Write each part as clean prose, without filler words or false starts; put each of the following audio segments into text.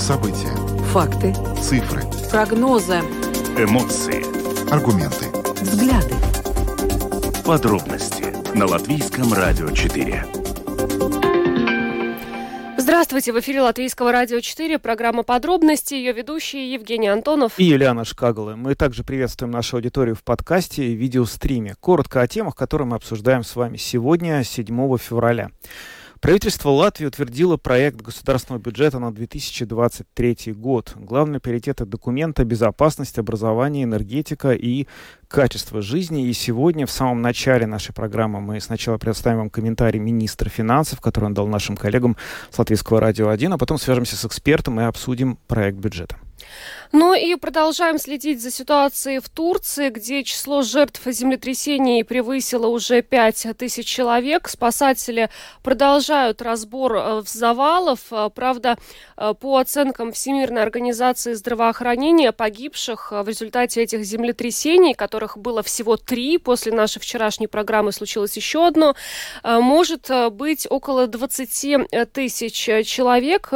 События. Факты. Цифры. Прогнозы. Эмоции. Аргументы. Взгляды. Подробности на Латвийском радио 4. Здравствуйте, в эфире Латвийского радио 4, программа «Подробности», ее ведущие Евгений Антонов и Юлиана Шкагала. Мы также приветствуем нашу аудиторию в подкасте и видеостриме. Коротко о темах, которые мы обсуждаем с вами сегодня, 7 февраля. Правительство Латвии утвердило проект государственного бюджета на 2023 год. Главные приоритеты документа — безопасность, образование, энергетика и качество жизни. И сегодня, в самом начале нашей программы, мы сначала представим вам комментарий министра финансов, который он дал нашим коллегам с Латвийского радио 1, а потом свяжемся с экспертом и обсудим проект бюджета. Ну и продолжаем следить за ситуацией в Турции, где число жертв землетрясений превысило уже 5000 человек. Спасатели продолжают разбор завалов. Правда, по оценкам Всемирной организации здравоохранения, погибших в результате этих землетрясений, которых было всего 3, после нашей вчерашней программы случилось еще одно, может быть около 20 тысяч человек.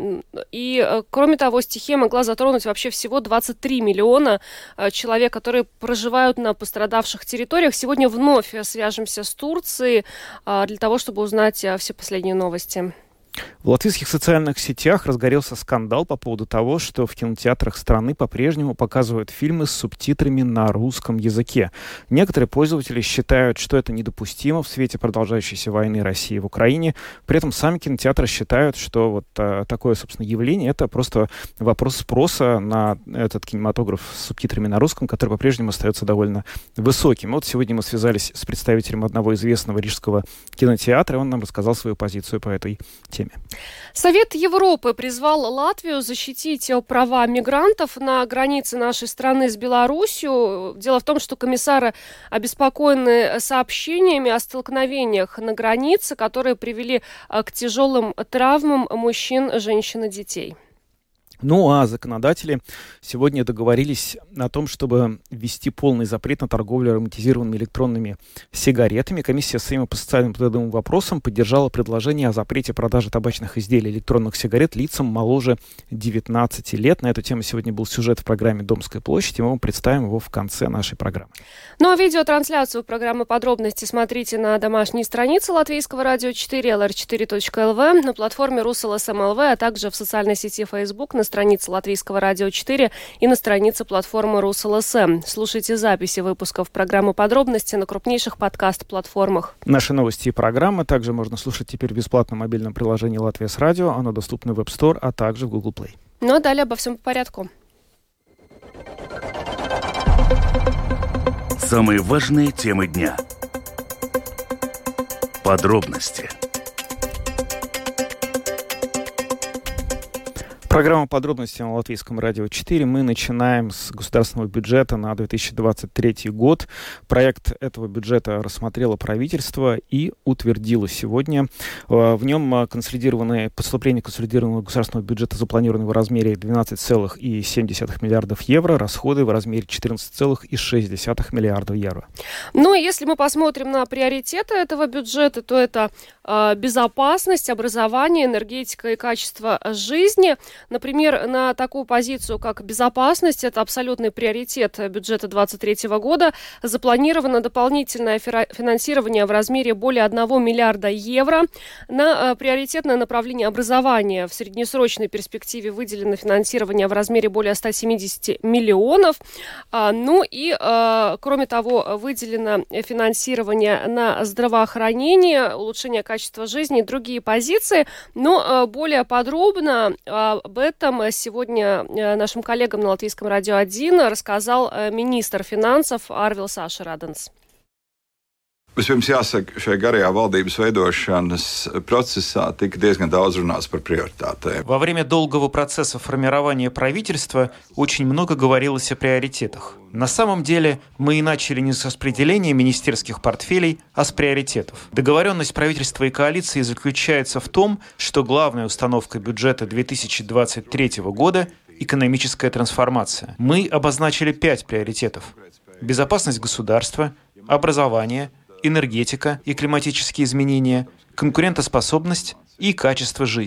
И, кроме того, стихия могла затронуть вообще всего 23 миллиона человек, которые проживают на пострадавших территориях. Сегодня вновь свяжемся с Турцией для того, чтобы узнать все последние новости. В латвийских социальных сетях разгорелся скандал по поводу того, что в кинотеатрах страны по-прежнему показывают фильмы с субтитрами на русском языке. Некоторые пользователи считают, что это недопустимо в свете продолжающейся войны России в Украине. При этом сами кинотеатры считают, что вот такое, собственно, явление — это просто вопрос спроса на этот кинематограф с субтитрами на русском, который по-прежнему остается довольно высоким. Вот сегодня мы связались с представителем одного известного рижского кинотеатра, и он нам рассказал свою позицию по этой теме. Совет Европы призвал Латвию защитить права мигрантов на границе нашей страны с Беларусью. Дело в том, что комиссары обеспокоены сообщениями о столкновениях на границе, которые привели к тяжелым травмам мужчин, женщин и детей. Ну а законодатели сегодня договорились о том, чтобы ввести полный запрет на торговлю ароматизированными электронными сигаретами. Комиссия Сейма по социальным трудовым вопросам поддержала предложение о запрете продажи табачных изделий электронных сигарет лицам моложе 19 лет. На эту тему сегодня был сюжет в программе «Домская площадь», и мы вам представим его в конце нашей программы. Ну а видеотрансляцию программы «Подробности» смотрите на домашней странице Латвийского радио 4, lr4.lv, на платформе RusLSM.lv, а также в социальной сети Facebook, на странице Латвийского радио 4 и на странице платформы RusLSM. Слушайте записи выпусков программы «Подробности» на крупнейших подкаст-платформах. Наши новости и программы также можно слушать теперь в бесплатном мобильном приложении «Латвия с радио». Оно доступно в App Store, а также в Google Play. Ну а далее обо всем по порядку. Самые важные темы дня. Подробности. Программа «Подробности» на Латвийском радио 4. Мы начинаем с государственного бюджета на 2023 год. Проект этого бюджета рассмотрело правительство и утвердило сегодня. В нем поступление консолидированного государственного бюджета запланированы в размере 12,7 миллиардов евро, расходы в размере 14,6 миллиардов евро. Ну, если мы посмотрим на приоритеты этого бюджета, то это безопасность, образование, энергетика и качество жизни. Например, на такую позицию, как безопасность, это абсолютный приоритет бюджета 2023 года, запланировано дополнительное финансирование в размере более 1 миллиарда евро. На приоритетное направление образования в среднесрочной перспективе выделено финансирование в размере более 170 миллионов. Ну и, кроме того, выделено финансирование на здравоохранение, улучшение качества жизни и другие позиции. Но более подробно об этом сегодня нашим коллегам на Латвийском радио 1 рассказал министр финансов Арвилс Ашерадens. Vispirms jāsaka, šajā garajā valdības veidošanas procesā tika diezgan daudz runāts par prioritātēm. Во время долгого процесса формирования правительства очень много говорилось о приоритетах. На самом деле мы и начали не с распределения министерских портфелей, а с приоритетов. Договоренность правительства и коалиции заключается в том, что главной установкой бюджета 2023 года – экономическая трансформация. Мы обозначили 5 приоритетов: безопасность государства, образование, энергетика и климатические изменения, конкурентоспособность и качество жизни.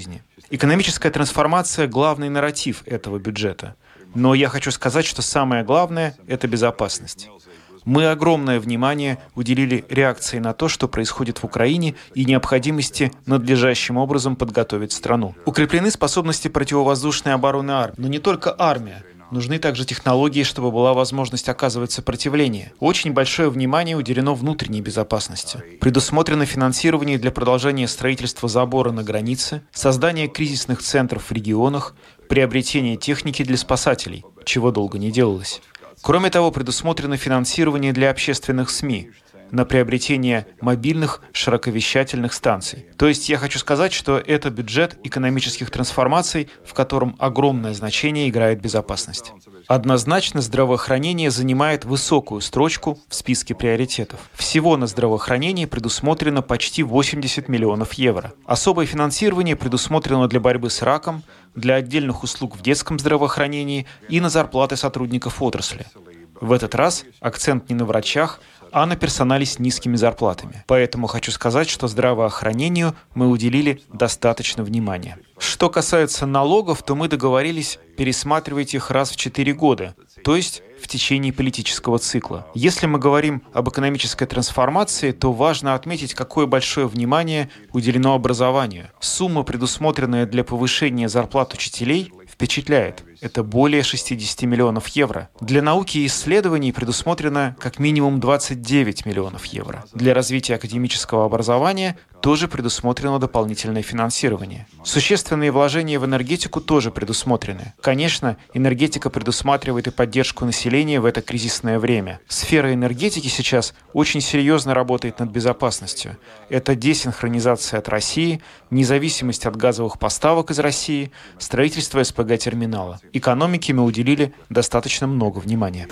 Экономическая трансформация – главный нарратив этого бюджета. Но я хочу сказать, что самое главное – это безопасность. Мы огромное внимание уделили реакции на то, что происходит в Украине, и необходимости надлежащим образом подготовить страну. Укреплены способности противовоздушной обороны армии. Но не только армия. Нужны также технологии, чтобы была возможность оказывать сопротивление. Очень большое внимание уделено внутренней безопасности. Предусмотрено финансирование для продолжения строительства забора на границе, создания кризисных центров в регионах, приобретение техники для спасателей, чего долго не делалось. Кроме того, предусмотрено финансирование для общественных СМИ на приобретение мобильных широковещательных станций. То есть я хочу сказать, что это бюджет экономических трансформаций, в котором огромное значение играет безопасность. Однозначно здравоохранение занимает высокую строчку в списке приоритетов. Всего на здравоохранение предусмотрено почти 80 миллионов евро. Особое финансирование предусмотрено для борьбы с раком, для отдельных услуг в детском здравоохранении и на зарплаты сотрудников отрасли. В этот раз акцент не на врачах, а на персонале с низкими зарплатами. Поэтому хочу сказать, что здравоохранению мы уделили достаточно внимания. Что касается налогов, то мы договорились пересматривать их раз в 4 года, то есть в течение политического цикла. Если мы говорим об экономической трансформации, то важно отметить, какое большое внимание уделено образованию. Сумма, предусмотренная для повышения зарплат учителей, впечатляет. Это более 60 миллионов евро. Для науки и исследований предусмотрено как минимум 29 миллионов евро. Для развития академического образования тоже предусмотрено дополнительное финансирование. Существенные вложения в энергетику тоже предусмотрены. Конечно, энергетика предусматривает и поддержку населения в это кризисное время. Сфера энергетики сейчас очень серьезно работает над безопасностью. Это десинхронизация от России, независимость от газовых поставок из России, строительство СПГ-терминала. Экономике мы уделили достаточно много внимания.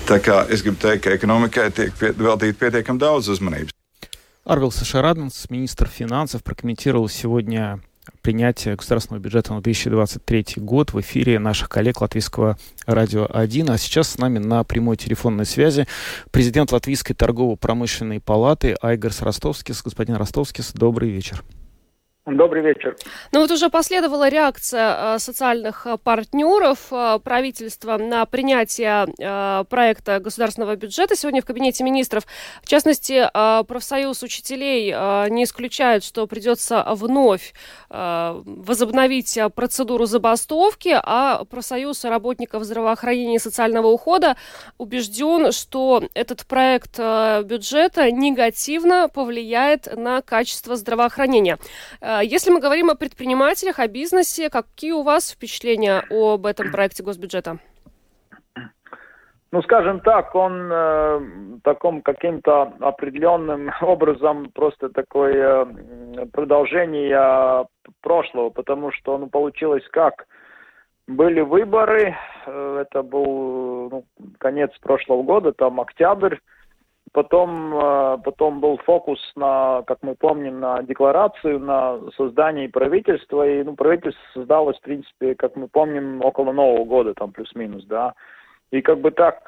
Арвилс Шарадманс, министр финансов, прокомментировал сегодня принятие государственного бюджета на 2023 год в эфире наших коллег Латвийского радио 1. А сейчас с нами на прямой телефонной связи президент Латвийской торгово-промышленной палаты Айгарс Ростовскис. Господин Ростовскис, добрый вечер. Добрый вечер. Ну вот уже последовала реакция социальных партнеров правительства на принятие проекта государственного бюджета сегодня в Кабинете министров. В частности, профсоюз учителей не исключает, что придется вновь возобновить процедуру забастовки, а профсоюз работников здравоохранения и социального ухода убежден, что этот проект бюджета негативно повлияет на качество здравоохранения. Если мы говорим о предпринимателях, о бизнесе, какие у вас впечатления об этом проекте госбюджета? Ну, скажем так, он таким каким-то определенным образом просто такое продолжение прошлого, потому что получилось как? Были выборы, это был конец прошлого года, там октябрь. Потом был фокус на, как мы помним, на декларацию, на создание правительства. И правительство создалось, в принципе, как мы помним, около Нового года, там плюс-минус, да. И как бы так,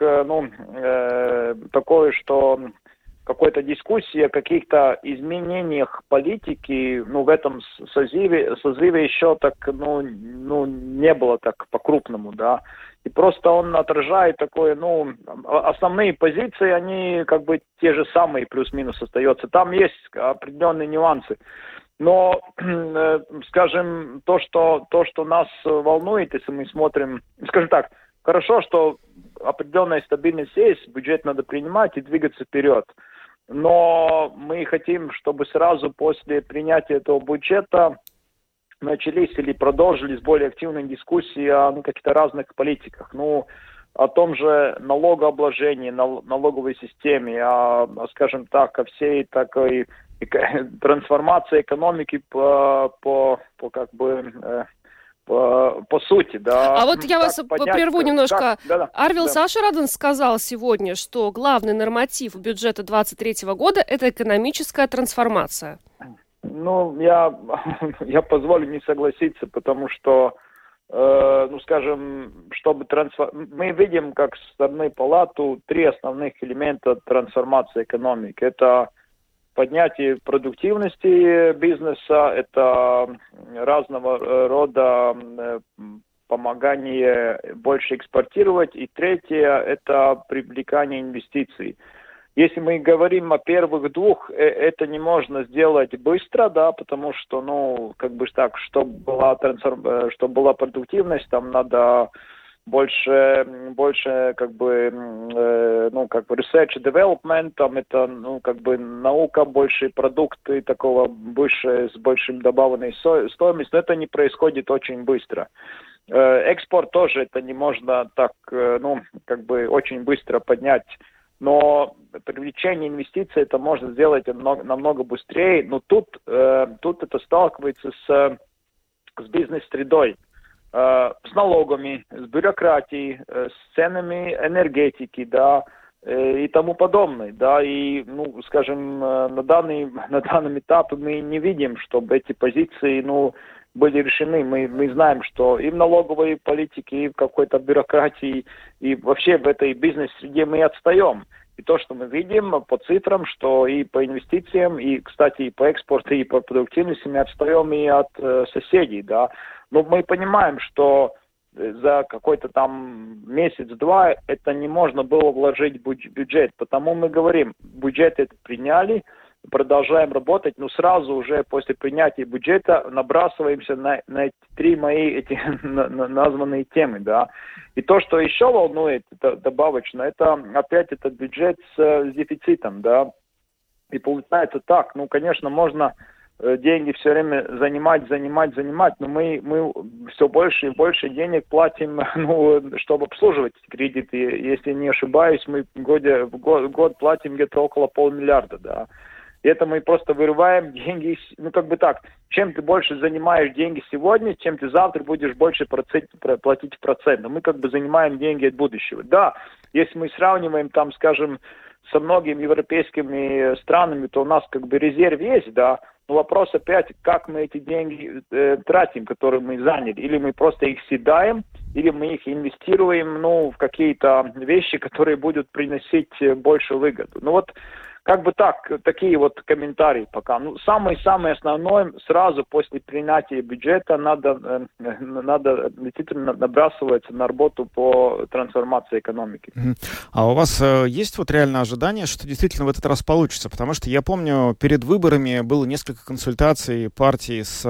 такое, что какой-то дискуссии о каких-то изменениях политики, в этом созыве еще так, не было так по-крупному, да. И просто он отражает такое, основные позиции, они как бы те же самые, плюс-минус остаются. Там есть определенные нюансы. Но, скажем, то, что нас волнует, если мы смотрим, скажем так, хорошо, что определенная стабильность есть, бюджет надо принимать и двигаться вперед. Но мы хотим, чтобы сразу после принятия этого бюджета начались или продолжились более активные дискуссии о каких-то разных политиках. О том же налогообложении, налоговой системе, скажем так, о всей такой трансформации экономики по сути, да. А вот я вас прерву немножко. Арвилс Шарадманс сказал сегодня, что главный норматив бюджета 2023 года – это экономическая трансформация. Я позволю не согласиться, потому что, скажем, мы видим, как со стороны палаты, 3 основных элемента трансформации экономики. Это поднятие продуктивности бизнеса, это разного рода помогание больше экспортировать. И третье, это привлекание инвестиций. Если мы говорим о первых двух, это не можно сделать быстро, да, потому что, чтобы была продуктивность, там надо больше research development, там это, наука, больше продукты, такого больше, с большим добавленной стоимостью, но это не происходит очень быстро. Экспорт тоже это не можно так, очень быстро поднять, но привлечение инвестиций это можно сделать намного быстрее, но тут это сталкивается с бизнес-средой, с налогами, с бюрократией, с ценами энергетики, да, и тому подобное, да, и, на данном этапе мы не видим, чтобы эти позиции, были решены. Мы знаем, что и в налоговой политике, и в какой-то бюрократии, и вообще в этой бизнес-среде мы отстаем. И то, что мы видим по цифрам, что и по инвестициям, и, кстати, и по экспорту, и по продуктивности мы отстаем и от соседей, да. Но мы понимаем, что за какой-то там месяц-два это не можно было вложить в бюджет. Потому мы говорим, бюджет это приняли, продолжаем работать, но сразу уже после принятия бюджета набрасываемся на эти три мои названные темы, да. И то, что еще волнует это добавочно, это опять этот бюджет с дефицитом, да. И получается так, конечно, можно деньги все время занимать, но мы все больше и больше денег платим, чтобы обслуживать кредиты. Если не ошибаюсь, мы в год платим где-то около 500 миллиарда, да. И это мы просто вырываем деньги, чем ты больше занимаешь деньги сегодня, чем ты завтра будешь больше платить в процент. Мы занимаем деньги от будущего. Да, если мы сравниваем там, скажем, со многими европейскими странами, то у нас резерв есть, да. Но вопрос опять, как мы эти деньги тратим, которые мы заняли. Или мы просто их съедаем, или мы их инвестируем, в какие-то вещи, которые будут приносить большую выгоду. Такие вот комментарии пока. Самое основное, сразу после принятия бюджета надо действительно набрасываться на работу по трансформации экономики. А у вас есть реально ожидание, что действительно в этот раз получится? Потому что я помню, перед выборами было несколько консультаций партий с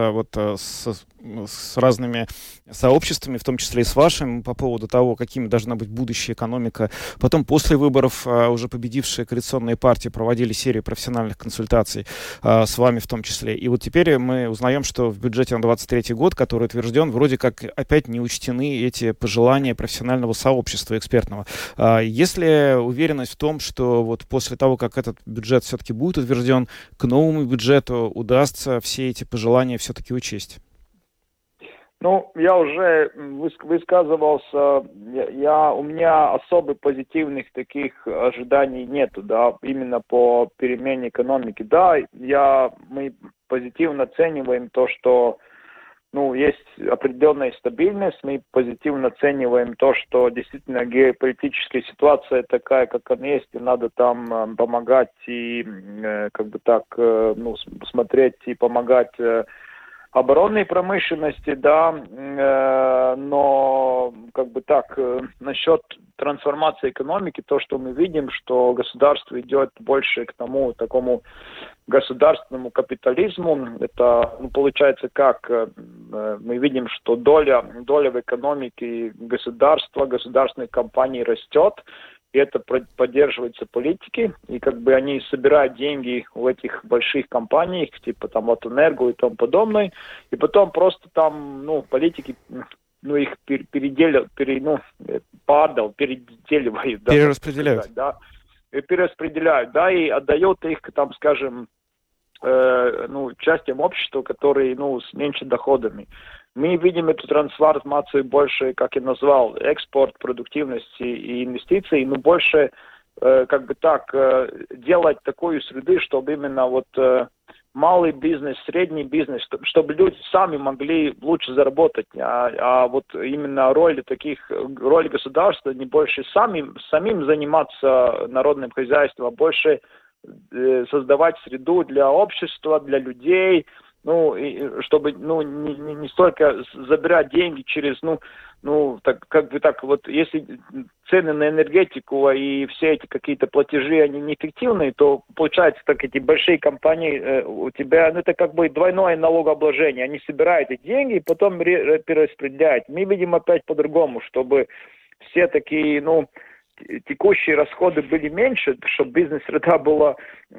разными сообществами, в том числе и с вашим, по поводу того, какими должна быть будущая экономика. Потом после выборов уже победившие коалиционные партии проводили серию профессиональных консультаций с вами в том числе. И вот теперь мы узнаем, что в бюджете на 2023 год, который утвержден, вроде как опять не учтены эти пожелания профессионального сообщества экспертного. Есть ли уверенность в том, что вот после того, как этот бюджет все-таки будет утвержден, к новому бюджету удастся все эти пожелания все-таки учесть? Я уже высказывался, у меня особо позитивных таких ожиданий нету, да, именно по перемене экономики. Да, мы позитивно оцениваем то, что, есть определенная стабильность, мы позитивно оцениваем то, что действительно геополитическая ситуация такая, как она есть, и надо там помогать и, смотреть и помогать оборонной промышленности, да, но насчет трансформации экономики, то, что мы видим, что государство идет больше к тому такому государственному капитализму, это получается как мы видим, что доля в экономике государства, государственных компаний растет, и это поддерживается политикой, и они собирают деньги у этих больших компаний, типа там от Энерго и тому подобное, и потом просто там, политики, их переделивают, да, перераспределяют. Да, и перераспределяют, да, и отдают их, там, скажем, частям общества, которые, с меньшими доходами. Мы видим эту трансформацию больше, как я назвал, экспорт, продуктивности и инвестиции, но больше делать такую среду, чтобы именно малый бизнес, средний бизнес, чтобы люди сами могли лучше заработать, а именно роль государства не больше самим заниматься народным хозяйством, а больше создавать среду для общества, для людей, и чтобы, не столько забирать деньги через, если цены на энергетику и все эти какие-то платежи, они неэффективные, то получается, так эти большие компании у тебя, это как бы двойное налогообложение. Они собирают эти деньги и потом перераспределяют. Мы видим опять по-другому, чтобы все такие, текущие расходы были меньше, чтобы бизнес-среда была,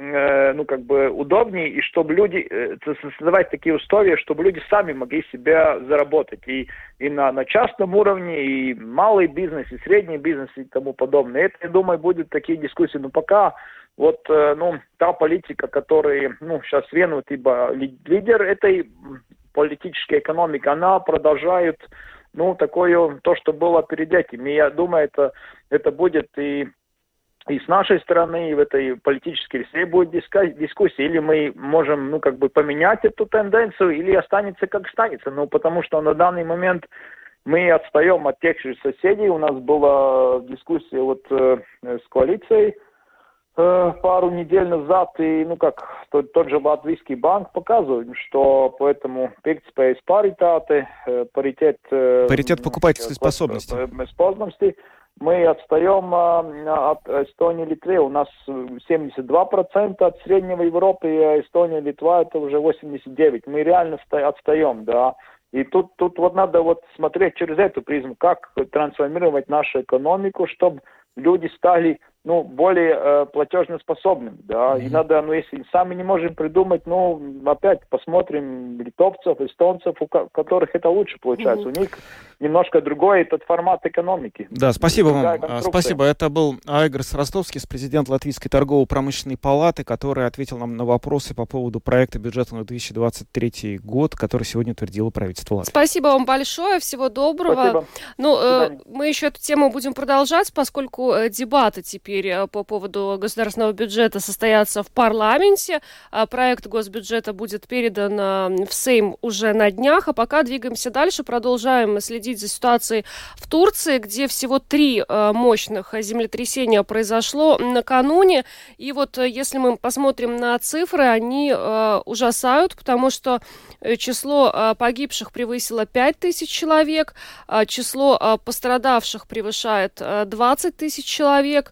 удобнее, и чтобы люди, создавать такие условия, чтобы люди сами могли себя заработать. И на частном уровне, и малый бизнес, и средний бизнес, и тому подобное. Это, я думаю, будут такие дискуссии. Но пока та политика, которая, сейчас ренут, ибо лидер этой политической экономики, она продолжает такое, то, что было перед этим. И я думаю, это будет и с нашей стороны, и в этой политической среде будет дискуссия. Или мы можем, поменять эту тенденцию, или останется как останется. Потому что на данный момент мы отстаем от тех же соседей. У нас была дискуссия с коалицией пару недель назад, и, тот же Латвийский банк показывает, что поэтому пирktspējas paritāte, паритет покупательской способности, мы отстаем от Эстонии и Литвы. У нас 72% от среднего Европы, а Эстония и Литва это уже 89%. Мы реально отстаем, да. И тут надо смотреть через эту призму, как трансформировать нашу экономику, чтобы люди стали более платежноспособными, да, и надо, если сами не можем придумать, опять посмотрим литовцев, эстонцев, у которых это лучше получается, у них немножко другой этот формат экономики. Да, спасибо вам, спасибо. Это был Аигорс Ростовский, президент Латвийской торгово-промышленной палаты, который ответил нам на вопросы по поводу проекта бюджета на 2023 год, который сегодня утвердило правительство Латвии. Спасибо вам большое, всего доброго. Спасибо. Мы еще эту тему будем продолжать, поскольку дебаты теперь по поводу государственного бюджета состоятся в парламенте. Проект госбюджета будет передан в Сейм уже на днях. А пока двигаемся дальше, продолжаем следить за ситуацией в Турции, где всего 3 мощных землетрясения произошло накануне. И если мы посмотрим на цифры, они ужасают, потому что число погибших превысило 5000 человек, число пострадавших превышает 20 тысяч человек,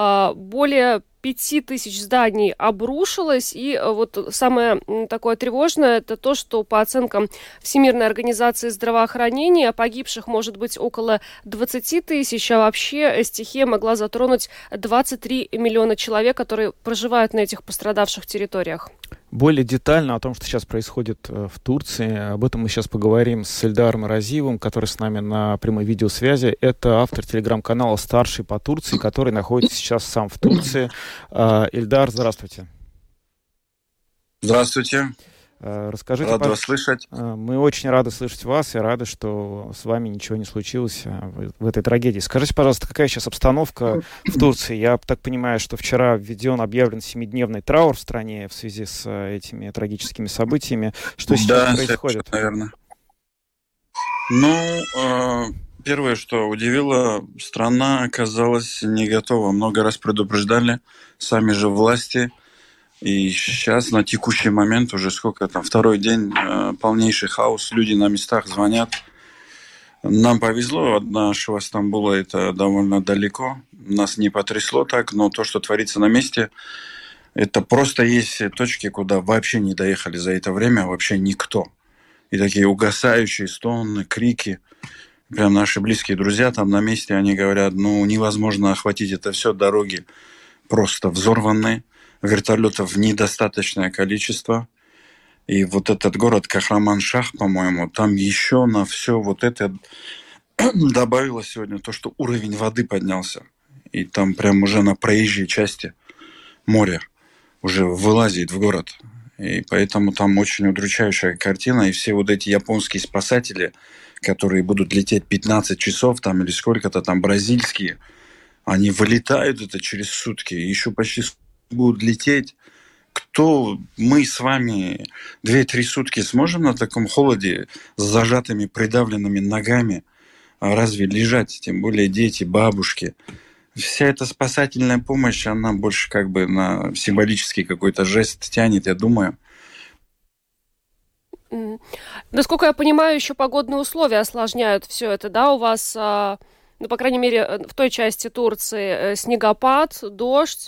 более 5000 зданий обрушилось, и самое такое тревожное, это то, что по оценкам Всемирной организации здравоохранения погибших может быть около 20 тысяч, а вообще стихия могла затронуть 23 миллиона человек, которые проживают на этих пострадавших территориях. Более детально о том, что сейчас происходит в Турции, об этом мы сейчас поговорим с Ильдаром Разиевым, который с нами на прямой видеосвязи. Это автор телеграм-канала «Старший по Турции», который находится сейчас сам в Турции. Ильдар, здравствуйте. Здравствуйте. Расскажите, рад вас слышать. Мы очень рады слышать вас и рады, что с вами ничего не случилось в этой трагедии. Скажите, пожалуйста, какая сейчас обстановка в Турции? Я так понимаю, что вчера объявлен 7-дневный траур в стране в связи с этими трагическими событиями. Что сейчас происходит? Наверное. Первое, что удивило, страна оказалась не готова. Много раз предупреждали сами же власти. И сейчас, на текущий момент, уже второй день, полнейший хаос, люди на местах звонят. Нам повезло, от нашего Стамбула это довольно далеко, нас не потрясло так, но то, что творится на месте, это просто есть точки, куда вообще не доехали за это время вообще никто. И такие угасающие стоны, крики. Прям наши близкие друзья там на месте, они говорят, невозможно охватить это все, дороги просто взорваны. Вертолетов недостаточное количество. И этот город Кахраман-Шах, по-моему, там еще на все это добавилось сегодня то, что уровень воды поднялся. И там прям уже на проезжей части море уже вылазит в город. И поэтому там очень удручающая картина. И все эти японские спасатели, которые будут лететь 15 часов там или сколько-то там бразильские, они вылетают через сутки. И еще почти будут лететь. Мы с вами 2-3 сутки сможем на таком холоде с зажатыми, придавленными ногами разве лежать? Тем более дети, бабушки. Вся эта спасательная помощь, она больше как бы на символический какой-то жест тянет, я думаю. Насколько я понимаю, еще погодные условия осложняют все это, да, у вас, ну, по крайней мере, в той части Турции снегопад, дождь.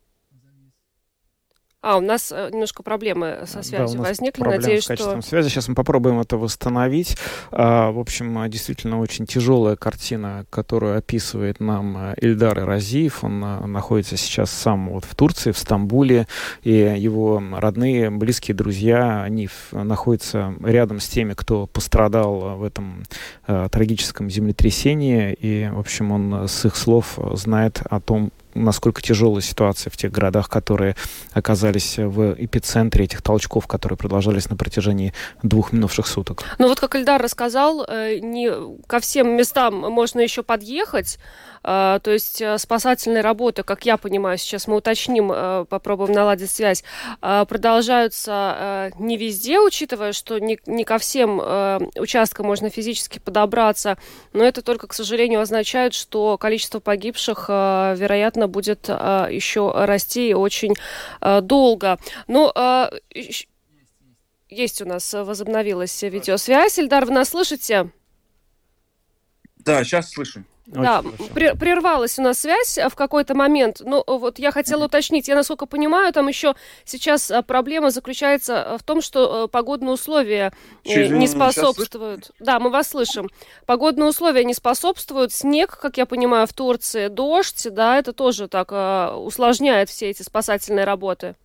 У нас немножко проблемы со связью возникли. Надеюсь, с качеством связи. Сейчас мы попробуем это восстановить. В общем, действительно очень тяжелая картина, которую описывает нам Ильдар Иразиев. Он находится сейчас сам вот в Турции, в Стамбуле, и его родные, близкие друзья, они находятся рядом с теми, кто пострадал в этом трагическом землетрясении. И, в общем, он с их слов знает о том, насколько тяжелая ситуация в тех городах, которые оказались в эпицентре этих толчков, которые продолжались на протяжении 2 минувших суток. Ну вот, как Ильдар рассказал, не ко всем местам можно еще подъехать. То есть спасательные работы, как я понимаю, сейчас мы уточним, попробуем наладить связь, продолжаются не везде, учитывая, что не ко всем участкам можно физически подобраться, но это только, к сожалению, означает, что количество погибших, вероятно, будет еще расти очень долго. Но есть у нас, возобновилась видеосвязь. Ильдар, вы нас слышите? Да, сейчас слышу. Да, прервалась у нас связь в какой-то момент. Но вот я хотела уточнить. Я, насколько понимаю, там еще сейчас проблема заключается в том, что погодные условия не способствуют. Да, мы вас слышим. Погодные условия не способствуют. Снег, как я понимаю, в Турции, дождь, да, это тоже так усложняет все эти спасательные работы.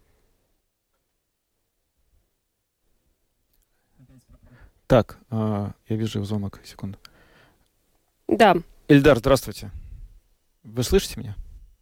Так, я вижу звонок. Секунду. Да. Ильдар, здравствуйте. Вы слышите меня?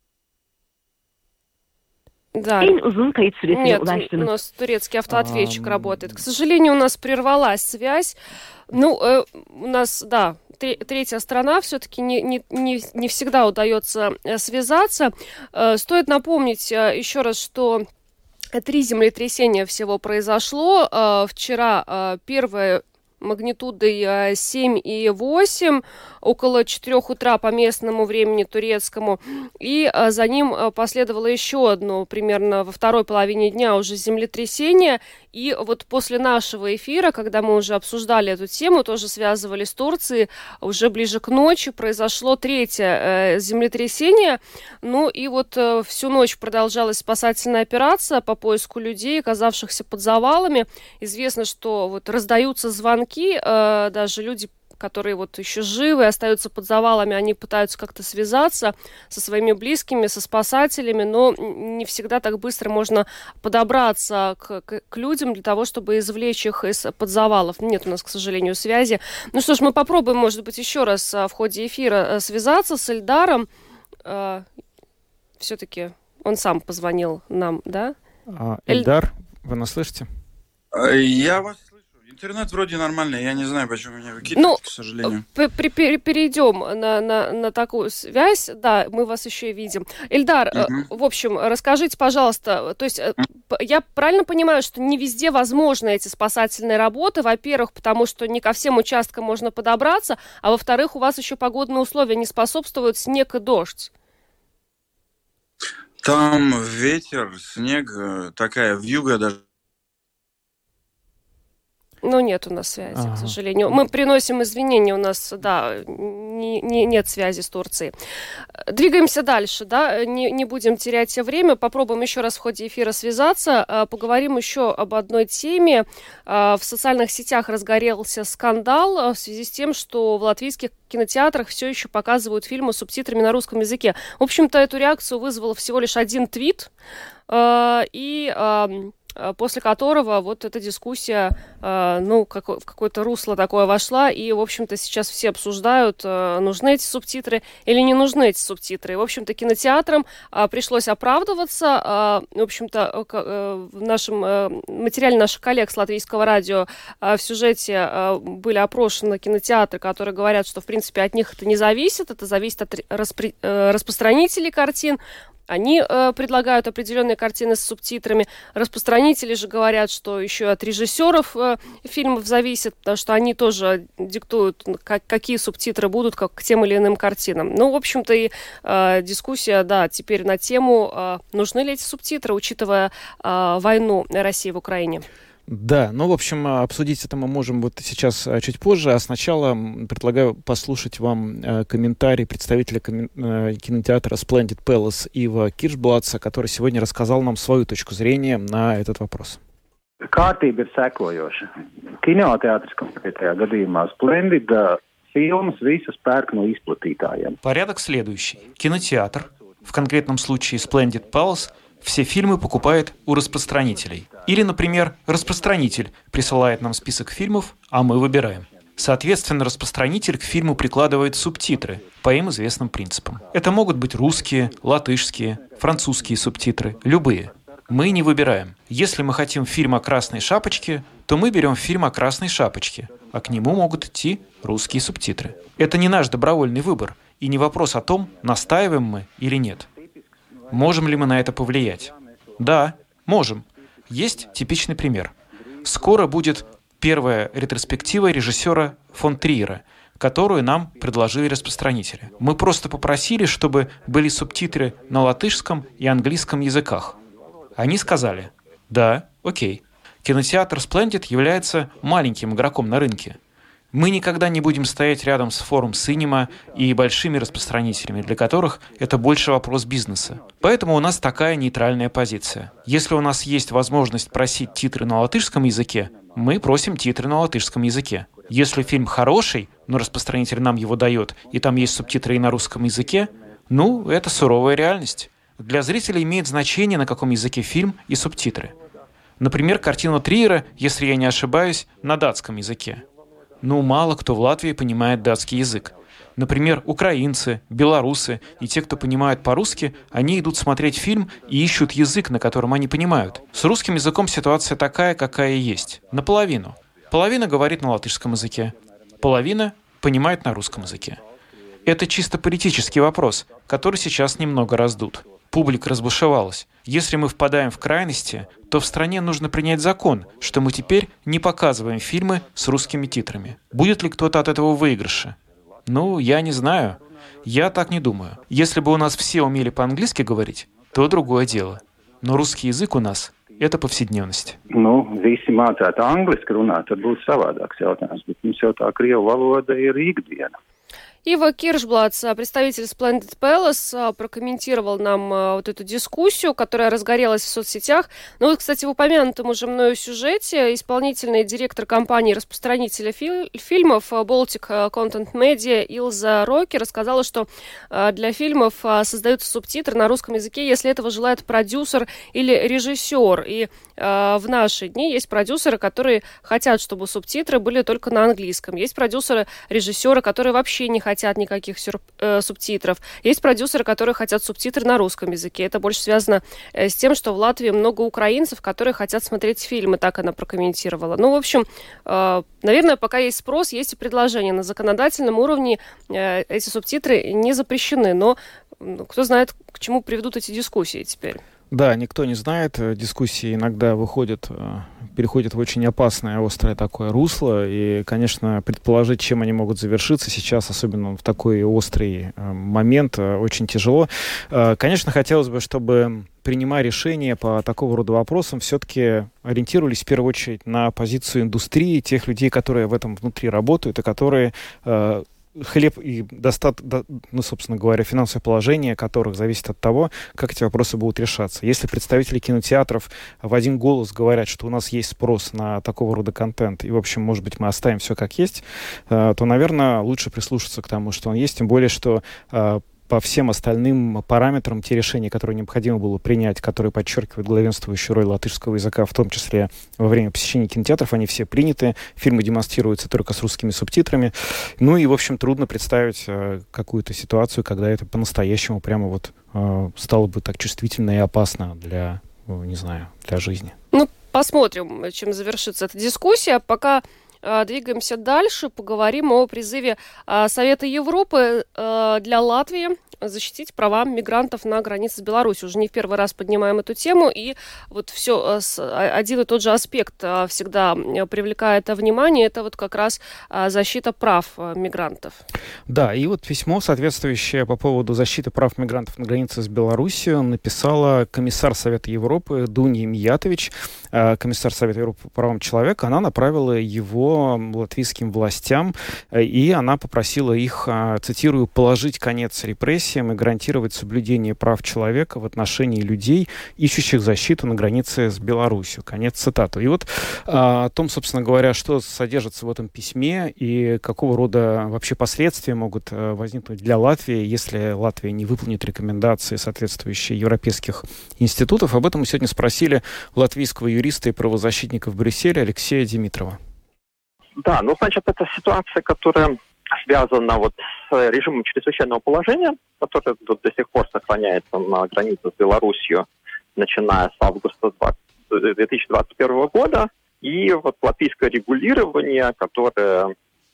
Да. Нет, у нас турецкий автоответчик работает. К сожалению, у нас прервалась связь. Ну, у нас, да, третья страна, все-таки не всегда удается связаться. Стоит напомнить еще раз, что 3 землетрясения всего произошло. Вчера первое магнитудой 7 и 8, около 4 утра по местному времени турецкому. И за ним последовало еще одно, примерно во второй половине дня уже землетрясение. И вот после нашего эфира, когда мы уже обсуждали эту тему, тоже связывали с Турцией, уже ближе к ночи произошло 3-е землетрясение. Ну и вот всю ночь продолжалась спасательная операция по поиску людей, оказавшихся под завалами. Известно, что вот раздаются звонки, даже люди, которые вот еще живы, остаются под завалами, они пытаются как-то связаться со своими близкими, со спасателями, но не всегда так быстро можно подобраться к людям для того, чтобы извлечь их из-под завалов. Нет у нас, к сожалению, связи. Ну что ж, мы попробуем, может быть, еще раз в ходе эфира связаться с Ильдаром. Все-таки он сам позвонил нам, да? Ильдар, вы нас слышите? Я вас слышу. Интернет вроде нормальный, я не знаю, почему меня выкидывают, к сожалению. Перейдем на такую связь, да, мы вас еще и видим. Ильдар, в общем, расскажите, пожалуйста, то есть я правильно понимаю, что не везде возможны эти спасательные работы, во-первых, потому что не ко всем участкам можно подобраться, а во-вторых, у вас еще погодные условия не способствуют, снег и дождь. Там ветер, снег, такая вьюга даже. Ну, нет у нас связи, к сожалению. Мы приносим извинения, у нас, да, нет связи с Турцией. Двигаемся дальше, да, не будем терять время, попробуем еще раз в ходе эфира связаться, поговорим еще об одной теме. В социальных сетях разгорелся скандал в связи с тем, что в латвийских кинотеатрах все еще показывают фильмы с субтитрами на русском языке. В общем-то, эту реакцию вызвал всего лишь один твит, после которого вот эта дискуссия, в какое-то русло такое вошла, и, в общем-то, сейчас все обсуждают, нужны эти субтитры или не нужны эти субтитры. И, в общем-то, кинотеатрам пришлось оправдываться. В общем-то, в нашем материале наших коллег с Латвийского радио в сюжете были опрошены кинотеатры, которые говорят, что, в принципе, от них это не зависит, это зависит от распространителей картин. Они предлагают определенные картины с субтитрами. Распространители же говорят, что еще от режиссеров фильмов зависит, потому что они тоже диктуют, какие субтитры будут к тем или иным картинам. Ну, в общем-то, и дискуссия, да, теперь на тему, нужны ли эти субтитры, учитывая войну России в Украине. Да, ну, в общем, обсудить это мы можем вот сейчас чуть позже, а сначала предлагаю послушать вам комментарий представителя кинотеатра Splendid Palace Ива Киршблатса, который сегодня рассказал нам свою точку зрения на этот вопрос. Kārtība ir sekojoša. Kinoteātris konkrētajā gadījumā Splendid filmas visas pērk no izplatītājiem. Порядок следующий. Кинотеатр, в конкретном случае Splendid Palace, все фильмы покупает у распространителей. Или, например, распространитель присылает нам список фильмов, а мы выбираем. Соответственно, распространитель к фильму прикладывает субтитры по им известным принципам. Это могут быть русские, латышские, французские субтитры, любые. Мы не выбираем. Если мы хотим фильм о Красной Шапочке, то мы берем фильм о Красной Шапочке, а к нему могут идти русские субтитры. Это не наш добровольный выбор, и не вопрос о том, настаиваем мы или нет. Можем ли мы на это повлиять? Да, можем. Есть типичный пример. Скоро будет первая ретроспектива режиссера фон Триера, которую нам предложили распространители. Мы просто попросили, чтобы были субтитры на латышском и английском языках. Они сказали: да, окей. Кинотеатр Splendid является маленьким игроком на рынке. Мы никогда не будем стоять рядом с Forum Cinema и большими распространителями, для которых это больше вопрос бизнеса. Поэтому у нас такая нейтральная позиция. Если у нас есть возможность просить титры на латышском языке, мы просим титры на латышском языке. Если фильм хороший, но распространитель нам его дает, и там есть субтитры и на русском языке, ну, это суровая реальность. Для зрителя имеет значение, на каком языке фильм и субтитры. Например, картину Триера, если я не ошибаюсь, на датском языке. Ну, мало кто в Латвии понимает датский язык. Например, украинцы, белорусы и те, кто понимают по-русски, они идут смотреть фильм и ищут язык, на котором они понимают. С русским языком ситуация такая, какая есть. Наполовину. Половина говорит на латышском языке. Половина понимает на русском языке. Это чисто политический вопрос, который сейчас немного раздут. Публика разбушевалась. Если мы впадаем в крайности, то в стране нужно принять закон, что мы теперь не показываем фильмы с русскими титрами. Будет ли кто-то от этого в выигрыше? Ну, я не знаю. Я так не думаю. Если бы у нас все умели по-английски говорить, то другое дело. Но русский язык у нас – это повседневность. Nu, visi mācētu angliski runāt, tad būtu savādāks jautājums, bet mums jau tā krievu valoda ir ikdiena. Ива Киршблатс, представитель Splendid Palace, прокомментировал нам вот эту дискуссию, которая разгорелась в соцсетях. Ну вот, кстати, в упомянутом уже мною сюжете исполнительный директор компании-распространителя фильмов Baltic Content Media Илза Роки рассказала, что для фильмов создаются субтитры на русском языке, если этого желает продюсер или режиссер. И в наши дни есть продюсеры, которые хотят, чтобы субтитры были только на английском. Есть продюсеры, режиссеры, которые вообще не хотят никаких субтитров. Есть продюсеры, которые хотят субтитры на русском языке. Это больше связано с тем, что в Латвии много украинцев, которые хотят смотреть фильмы, так она прокомментировала. Ну, в общем, наверное, пока есть спрос, есть и предложение. На законодательном уровне эти субтитры не запрещены, но кто знает, к чему приведут эти дискуссии теперь. Да, никто не знает. Дискуссии иногда переходят в очень опасное, острое такое русло. И, конечно, предположить, чем они могут завершиться сейчас, особенно в такой острый момент, очень тяжело. Конечно, хотелось бы, чтобы, принимая решения по такого рода вопросам, все-таки ориентировались в первую очередь на позицию индустрии, тех людей, которые в этом внутри работают и которые хлеб и собственно говоря, финансовое положение которых зависит от того, как эти вопросы будут решаться. Если представители кинотеатров в один голос говорят, что у нас есть спрос на такого рода контент, и, в общем, может быть, мы оставим все как есть, то, наверное, лучше прислушаться к тому, что он есть, тем более, что по всем остальным параметрам те решения, которые необходимо было принять, которые подчеркивают главенствующую роль латышского языка, в том числе во время посещения кинотеатров, они все приняты. Фильмы демонстрируются только с русскими субтитрами. Ну и, в общем, трудно представить какую-то ситуацию, когда это по-настоящему прямо вот стало бы так чувствительно и опасно для, не знаю, для жизни. Ну, посмотрим, чем завершится эта дискуссия. Пока двигаемся дальше, поговорим о призыве Совета Европы для Латвии защитить права мигрантов на границе с Беларусью. Уже не в первый раз поднимаем эту тему, и вот все один и тот же аспект всегда привлекает внимание, это вот как раз защита прав мигрантов. Да, и вот письмо, соответствующее по поводу защиты прав мигрантов на границе с Беларусью, написала комиссар Совета Европы Дуня Миятович, комиссар Совета Европы по правам человека. Она направила его латвийским властям, и она попросила их, цитирую, «положить конец репрессиям и гарантировать соблюдение прав человека в отношении людей, ищущих защиту на границе с Беларусью». Конец цитаты. И вот о том, собственно говоря, что содержится в этом письме и какого рода вообще последствия могут возникнуть для Латвии, если Латвия не выполнит рекомендации, соответствующие европейских институтов. Об этом мы сегодня спросили латвийского юриста и правозащитника в Брюсселе Алексея Димитрова. Да, значит, это ситуация, которая связана вот с режимом чрезвычайного положения, который до сих пор сохраняется на границе с Беларусью, начиная с августа 2021 года. И вот латвийское регулирование, которое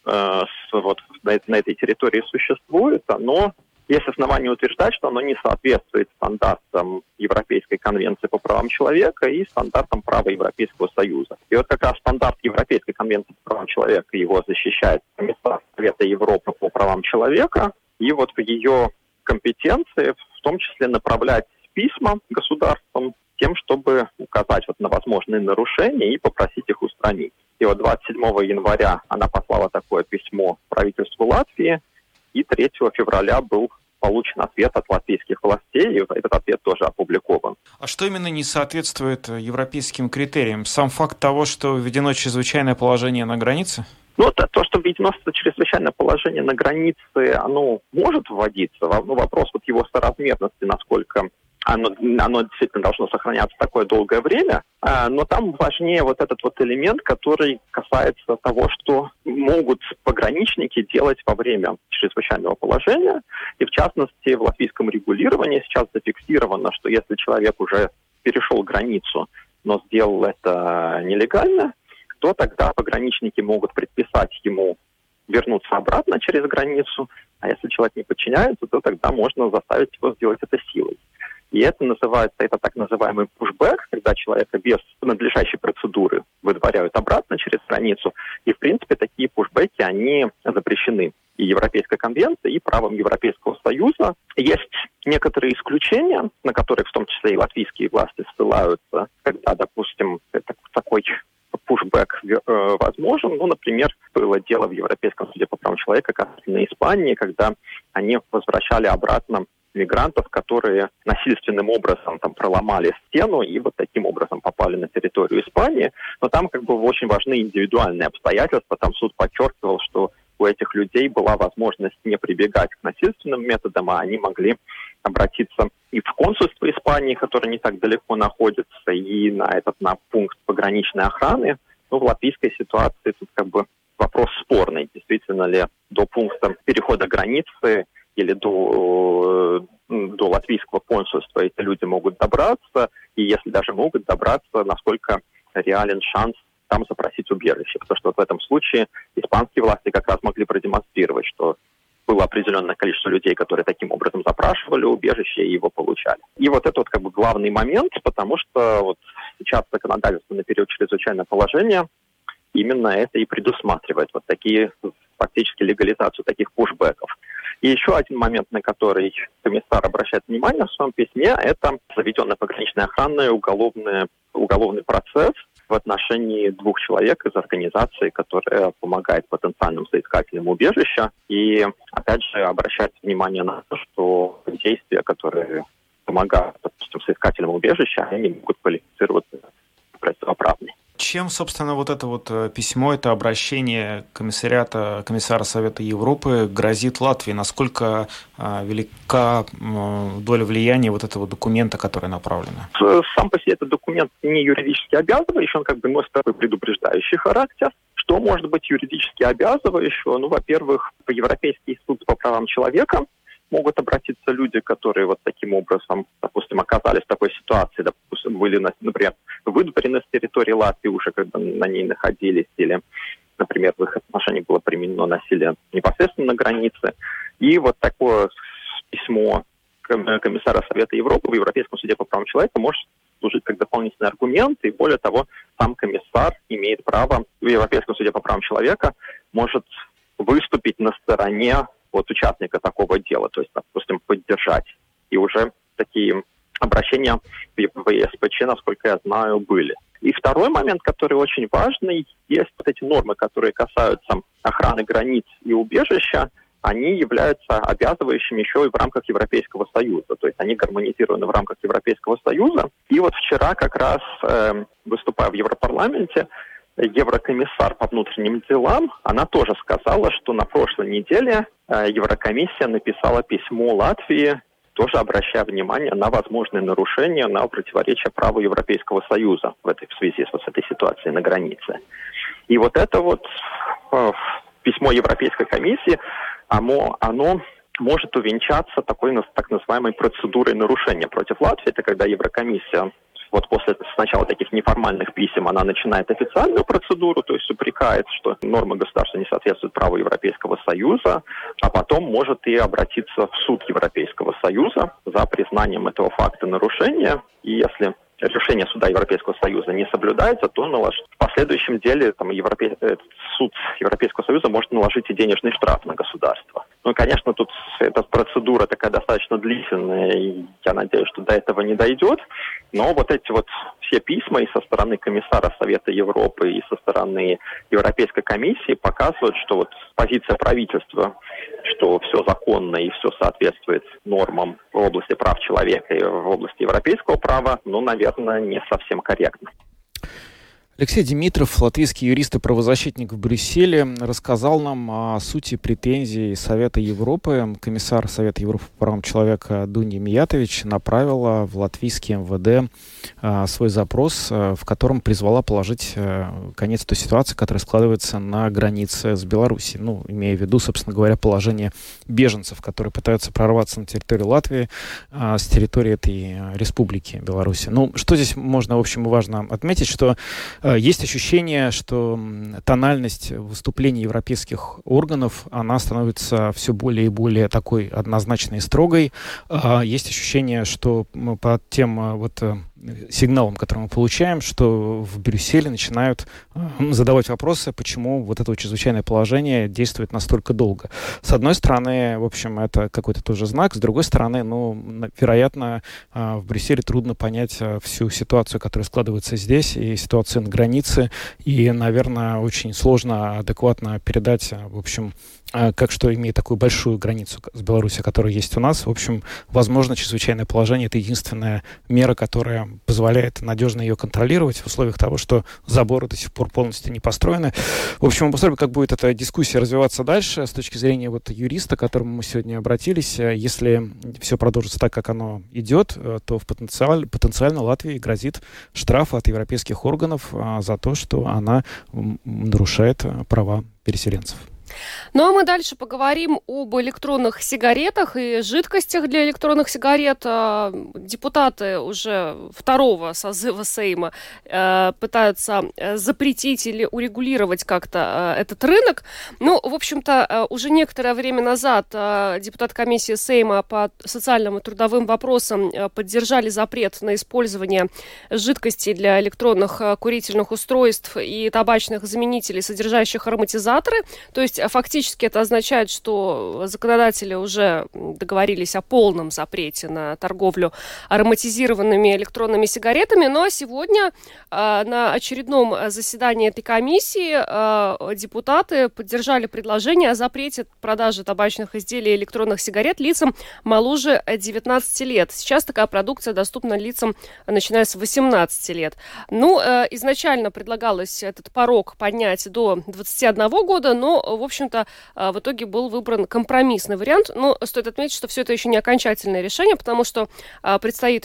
вот на этой территории существует, оно есть основания утверждать, что оно не соответствует стандартам Европейской конвенции по правам человека и стандартам права Европейского Союза. И вот как раз стандарт Европейской конвенции по правам человека, его защищает комиссар Совета Европы по правам человека, и вот в ее компетенции в том числе направлять письма государствам тем, чтобы указать вот на возможные нарушения и попросить их устранить. И вот 27 января она послала такое письмо правительству Латвии, и 3 февраля был получен ответ от латвийских властей, и этот ответ тоже опубликован. А что именно не соответствует европейским критериям? Сам факт того, что введено чрезвычайное положение на границе? То, что введено чрезвычайное положение на границе, оно может вводиться. Вопрос вот его соразмерности, насколько оно действительно должно сохраняться такое долгое время, но там важнее вот этот вот элемент, который касается того, что могут пограничники делать во время чрезвычайного положения. И в частности, в латвийском регулировании сейчас зафиксировано, что если человек уже перешел границу, но сделал это нелегально, то тогда пограничники могут предписать ему вернуться обратно через границу, а если человек не подчиняется, то тогда можно заставить его сделать это силой. И это так называемый пушбэк, когда человека без надлежащей процедуры выдворяют обратно через границу. И, в принципе, такие пушбэки, они запрещены и Европейской конвенцией, и правом Европейского Союза. Есть некоторые исключения, на которые в том числе и латвийские власти ссылаются, когда, допустим, такой пушбэк возможен. Например, было дело в Европейском суде по правам человека касательно Испании, когда они возвращали обратно мигрантов, которые насильственным образом проломали стену и вот таким образом попали на территорию Испании. Но там очень важны индивидуальные обстоятельства. Там суд подчеркивал, что у этих людей была возможность не прибегать к насильственным методам, а они могли обратиться и в консульство Испании, которое не так далеко находится, и на пункт пограничной охраны. В латвийской ситуации тут вопрос спорный. Действительно ли до пункта перехода границы или до латвийского консульства эти люди могут добраться, и если даже могут добраться, насколько реален шанс там запросить убежище. Потому что в этом случае испанские власти как раз могли продемонстрировать, что было определенное количество людей, которые таким образом запрашивали убежище и его получали. И вот это главный момент, потому что сейчас законодательство на период чрезвычайного положения именно это и предусматривает такие, фактически легализацию таких пушбэков. И еще один момент, на который комиссар обращает внимание в своем письме, это заведенный пограничной охраной уголовный процесс в отношении 2 человек из организации, которая помогает потенциальным соискателям убежища. И, опять же, обращает внимание на то, что действия, которые помогают, допустим, соискателям убежища, они могут квалифицироваться как противоправные. Чем, собственно, это письмо, это обращение комиссара Совета Европы грозит Латвии? Насколько велика доля влияния этого документа, который направлен? Сам по себе этот документ не юридически обязывающий, он носит такой предупреждающий характер. Что может быть юридически обязывающего? Во-первых, в Европейский суд по правам человека могут обратиться люди, которые таким образом, допустим, оказались в такой ситуации, допустим, были, например, выдворены с территории Латвии уже, когда на ней находились, или, например, в их отношении было применено насилие непосредственно на границе. И такое письмо комиссара Совета Европы в Европейском суде по правам человека может служить как дополнительный аргумент, и более того, сам комиссар имеет право в Европейском суде по правам человека может выступить на стороне участника такого дела, то есть, допустим, поддержать. И уже такие обращения в ЕСПЧ, насколько я знаю, были. И второй момент, который очень важный, есть эти нормы, которые касаются охраны границ и убежища, они являются обязывающими еще и в рамках Европейского Союза. То есть они гармонизированы в рамках Европейского Союза. И вчера как раз, выступая в Европарламенте, еврокомиссар по внутренним делам, она тоже сказала, что на прошлой неделе Еврокомиссия написала письмо Латвии, тоже обращая внимание на возможные нарушения, на противоречия праву Европейского Союза в связи с этой ситуацией на границе. И это письмо Европейской комиссии, оно может увенчаться такой так называемой процедурой нарушения против Латвии. Это когда Еврокомиссия после сначала таких неформальных писем она начинает официальную процедуру, то есть упрекает, что нормы государства не соответствуют праву Европейского Союза, а потом может и обратиться в суд Европейского Союза за признанием этого факта нарушения. И если решение суда Европейского Союза не соблюдается, то в последующем деле суд Европейского Союза может наложить и денежный штраф на государство. Ну, конечно, тут эта процедура такая достаточно длительная, и я надеюсь, что до этого не дойдет. Но эти все письма и со стороны комиссара Совета Европы, и со стороны Европейской комиссии показывают, что позиция правительства, что все законно и все соответствует нормам в области прав человека и в области европейского права, наверное, не совсем корректно. Алексей Димитров, латвийский юрист и правозащитник в Брюсселе, рассказал нам о сути претензий Совета Европы. Комиссар Совета Европы по правам человека Дуня Миятович направила в латвийский МВД свой запрос, в котором призвала положить конец той ситуации, которая складывается на границе с Белоруссией. Имея в виду, собственно говоря, положение беженцев, которые пытаются прорваться на территорию Латвии с территории этой республики Беларусь. Что здесь можно, в общем, важно отметить, что есть ощущение, что тональность выступлений европейских органов, она становится все более и более такой однозначной и строгой. Есть ощущение, что по тем сигналам, которые мы получаем, что в Брюсселе начинают задавать вопросы, почему это чрезвычайное положение действует настолько долго. С одной стороны, в общем, это какой-то тоже знак, с другой стороны, вероятно, в Брюсселе трудно понять всю ситуацию, которая складывается здесь, и ситуацию на границе, и, наверное, очень сложно адекватно передать, в общем, как что имеет такую большую границу с Беларусью, которая есть у нас. В общем, возможно, чрезвычайное положение — это единственная мера, которая позволяет надежно ее контролировать в условиях того, что заборы до сих пор полностью не построены. В общем, мы посмотрим, как будет эта дискуссия развиваться дальше с точки зрения юриста, к которому мы сегодня обратились. Если все продолжится так, как оно идет, то потенциально Латвии грозит штраф от европейских органов за то, что она нарушает права переселенцев. Ну а мы дальше поговорим об электронных сигаретах и жидкостях для электронных сигарет. Депутаты уже второго созыва Сейма пытаются запретить или урегулировать как-то этот рынок. В общем-то, уже некоторое время назад депутаты комиссии Сейма по социальным и трудовым вопросам поддержали запрет на использование жидкостей для электронных курительных устройств и табачных заменителей, содержащих ароматизаторы. То есть фактически это означает, что законодатели уже договорились о полном запрете на торговлю ароматизированными электронными сигаретами. Но сегодня на очередном заседании этой комиссии депутаты поддержали предложение о запрете продажи табачных изделий и электронных сигарет лицам моложе 19 лет. Сейчас такая продукция доступна лицам, начиная с 18 лет. Изначально предлагалось этот порог поднять до 21 года, но, в общем-то, в итоге был выбран компромиссный вариант. Но стоит отметить, что все это еще не окончательное решение, потому что предстоит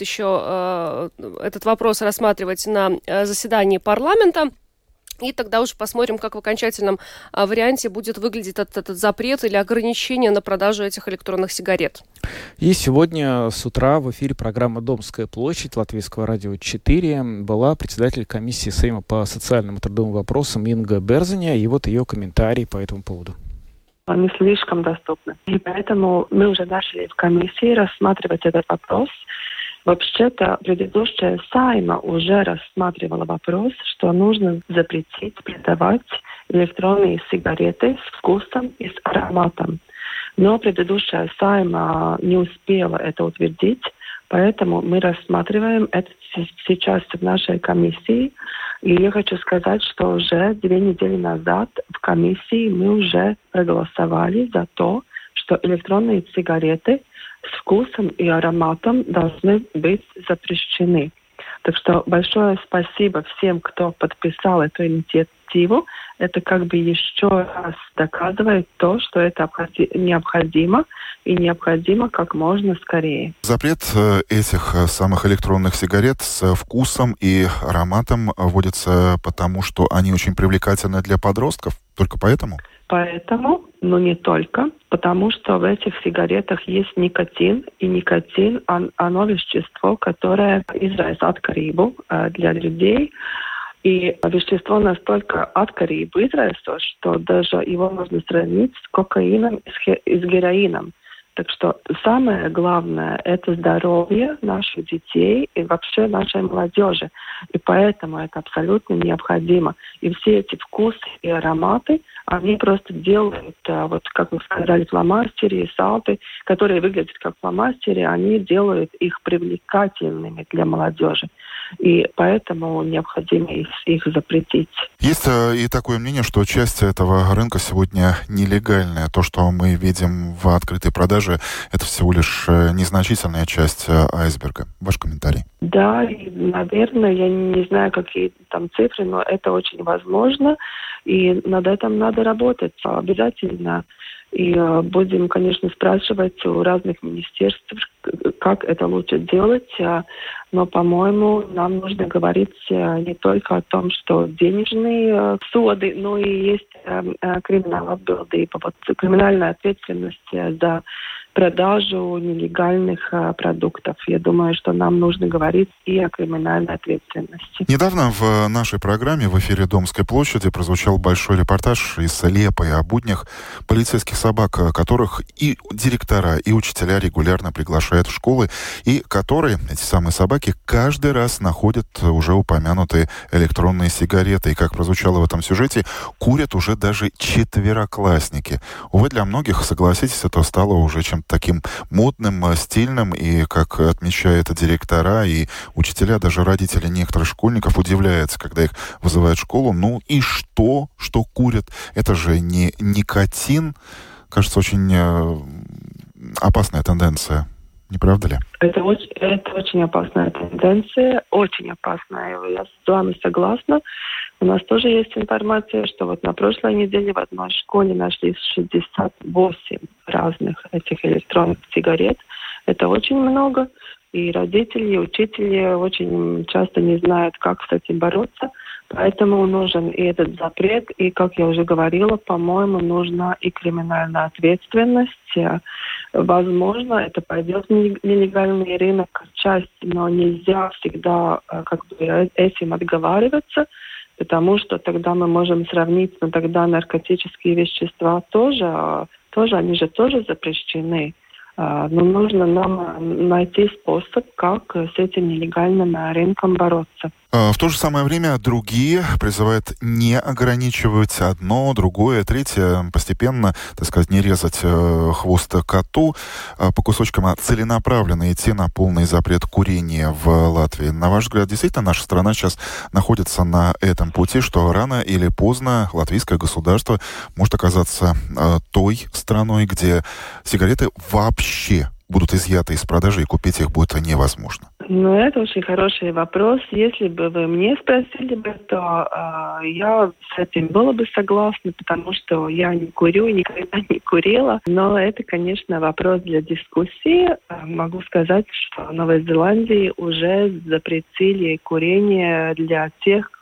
еще этот вопрос рассматривать на заседании парламента. И тогда уже посмотрим, как в окончательном варианте будет выглядеть этот запрет или ограничение на продажу этих электронных сигарет. И сегодня с утра в эфире программы «Домская площадь» Латвийского радио 4 была председатель комиссии Сейма по социальным и трудовым вопросам Инга Берзиня, и ее комментарий по этому поводу. они слишком доступны. И поэтому мы уже начали в комиссии рассматривать этот вопрос. Вообще-то предыдущая Сайма уже рассматривала вопрос, что нужно запретить продавать электронные сигареты с вкусом и с ароматом. Но предыдущая Сайма не успела это утвердить, поэтому мы рассматриваем это сейчас в нашей комиссии. И я хочу сказать, что уже 2 недели назад в комиссии мы уже проголосовали за то, что электронные сигареты с вкусом и ароматом должны быть запрещены. Так что большое спасибо всем, кто подписал эту инициативу. Это как бы еще раз доказывает то, что это необходимо и необходимо как можно скорее. Запрет этих самых электронных сигарет с вкусом и ароматом вводится потому, что они очень привлекательны для подростков? Только поэтому? Поэтому, но не только, потому что в этих сигаретах есть никотин, и никотин, оно вещество, которое израisa atkarību для людей. И вещество настолько atkarību израisa, что даже его можно сравнить с кокаином и с героином. Так что самое главное – это здоровье наших детей и вообще нашей молодежи. И поэтому это абсолютно необходимо. И все эти вкусы и ароматы, они просто делают, вот как вы сказали, фломастеры и салты, которые выглядят как фломастеры, они делают их привлекательными для молодежи. И поэтому необходимо их запретить. Есть и такое мнение, что часть этого рынка сегодня нелегальная. То, что мы видим в открытой продаже, это всего лишь незначительная часть айсберга. Ваш комментарий? Да, наверное, я не знаю, какие там цифры, но это очень возможно, и над этим надо работать обязательно. И будем, конечно, спрашивать у разных министерств, как это лучше делать. Но, по-моему, нам нужно говорить не только о том, что денежные соды, но и есть криминальная ответственность за продажу нелегальных продуктов. Я думаю, что нам нужно говорить и о криминальной ответственности. Недавно в нашей программе в эфире Домской площади прозвучал большой репортаж из Лепои о буднях полицейских собак, которых и директора, и учителя регулярно приглашают в школы, и которые, эти самые собаки, каждый раз находят уже упомянутые электронные сигареты. И, как прозвучало в этом сюжете, курят уже даже четвероклассники. Увы, для многих, согласитесь, это стало уже чем-то таким модным, стильным, и, как отмечают директора и учителя, даже родители некоторых школьников удивляются, когда их вызывают в школу. Ну и что курят? Это же не никотин. Кажется, очень опасная тенденция. Не правда ли? Это очень опасная тенденция, очень опасная. Я с вами согласна. У нас тоже есть информация, что вот на прошлой неделе в одной школе нашли 68 разных этих электронных сигарет. Это очень много. И родители, и учители очень часто не знают, как с этим бороться. Поэтому нужен и этот запрет, и, как я уже говорила, по-моему, нужна и криминальная ответственность. Возможно, это пойдет в нелегальный рынок часть, но нельзя всегда этим отговариваться, потому что тогда мы можем сравнить, но тогда наркотические вещества тоже они же тоже запрещены. Но нужно нам найти способ, как с этим нелегальным рынком бороться. В то же самое время другие призывают не ограничивать одно, другое, третье, постепенно, так сказать, не резать хвост коту по кусочкам, а целенаправленно идти на полный запрет курения в Латвии. На ваш взгляд, действительно, наша страна сейчас находится на этом пути, что рано или поздно латвийское государство может оказаться той страной, где сигареты вообще будут изъяты из продажи, и купить их будет невозможно? Ну, это очень хороший вопрос. Если бы вы мне спросили бы, то я с этим была бы согласна, потому что я не курю и никогда не курила. Но это, конечно, вопрос для дискуссии. Могу сказать, что в Новой Зеландии уже запретили курение для тех,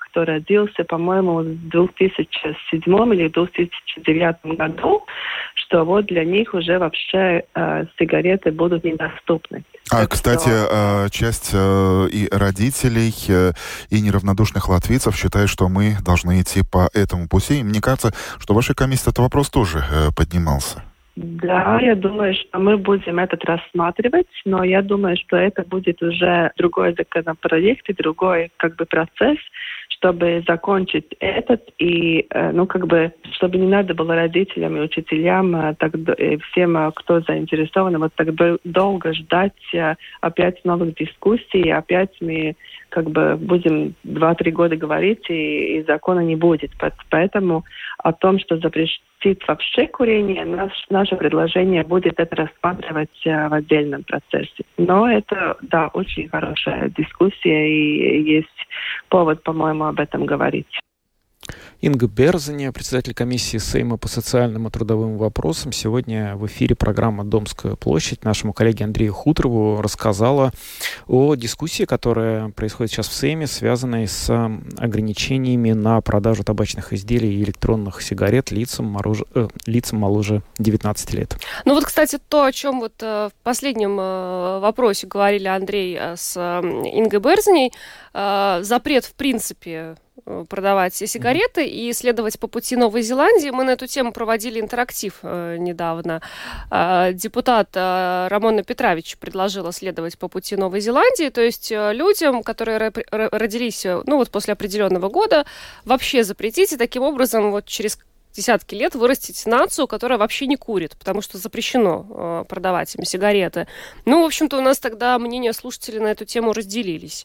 кто родился, по-моему, в 2007 или 2009 году, что вот для них уже вообще сигареты будут недоступны. Кстати, часть и родителей, и неравнодушных латвийцев считают, что мы должны идти по этому пути. И мне кажется, что в вашей комиссии этот вопрос тоже поднимался. Да, я думаю, что мы будем это рассматривать, но я думаю, что это будет уже другой законопроект и другой процесс, чтобы закончить этот и, чтобы не надо было родителям и учителям, всем, кто заинтересован, вот так долго ждать опять новых дискуссий, и опять мы будем 2-3 года говорить, и закона не будет. Поэтому о том, что запретить вообще курение, наше предложение будет это рассматривать в отдельном процессе. Но это, да, очень хорошая дискуссия, и есть повод, по-моему, об этом говорить. Инга Берзаня, председатель комиссии Сейма по социальным и трудовым вопросам, сегодня в эфире программы «Домская площадь» нашему коллеге Андрею Хуторову рассказала о дискуссии, которая происходит сейчас в Сейме, связанной с ограничениями на продажу табачных изделий и электронных сигарет лицам моложе 19 лет. Ну вот, кстати, то, о чем вот в последнем вопросе говорили Андрей с Ингой Берзаней, запрет, в принципе, продавать сигареты и следовать по пути Новой Зеландии. Мы на эту тему проводили интерактив недавно. Депутат Рамона Петрович предложила следовать по пути Новой Зеландии, то есть людям, которые родились после определенного года, вообще запретить, и таким образом вот через десятки лет вырастить нацию, которая вообще не курит, потому что запрещено продавать им сигареты. В общем-то, у нас тогда мнения слушателей на эту тему разделились.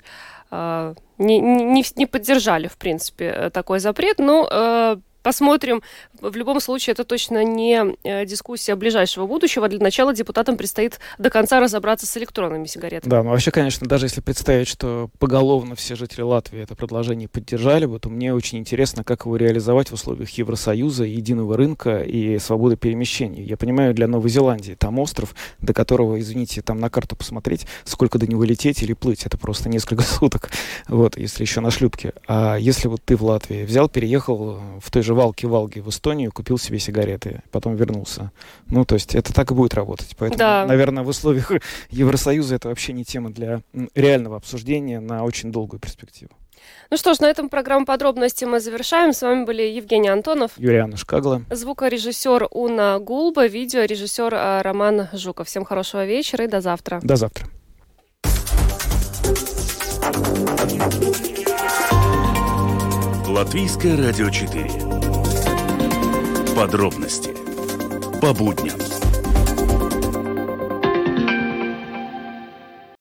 Не поддержали, в принципе, такой запрет, но посмотрим. В любом случае, это точно не дискуссия ближайшего будущего. Для начала депутатам предстоит до конца разобраться с электронными сигаретами. Да, вообще, конечно, даже если представить, что поголовно все жители Латвии это предложение поддержали бы, то мне очень интересно, как его реализовать в условиях Евросоюза, единого рынка и свободы перемещений. Я понимаю, для Новой Зеландии там остров, до которого, извините, там на карту посмотреть, сколько до него лететь или плыть, это просто несколько суток, если еще на шлюпке. А если вот ты в Латвии взял, переехал в той же Валки-Валги в Эстонию, купил себе сигареты, потом вернулся. То есть это так и будет работать. Поэтому, да, наверное, в условиях Евросоюза это вообще не тема для реального обсуждения на очень долгую перспективу. Ну что ж, на этом программу «Подробности» мы завершаем. С вами были Евгений Антонов, Юлиана Шкагла, звукорежиссер Уна Гулба, видеорежиссер Роман Жуков. Всем хорошего вечера и до завтра. До завтра. Латвийское радио 4. Подробности по будням.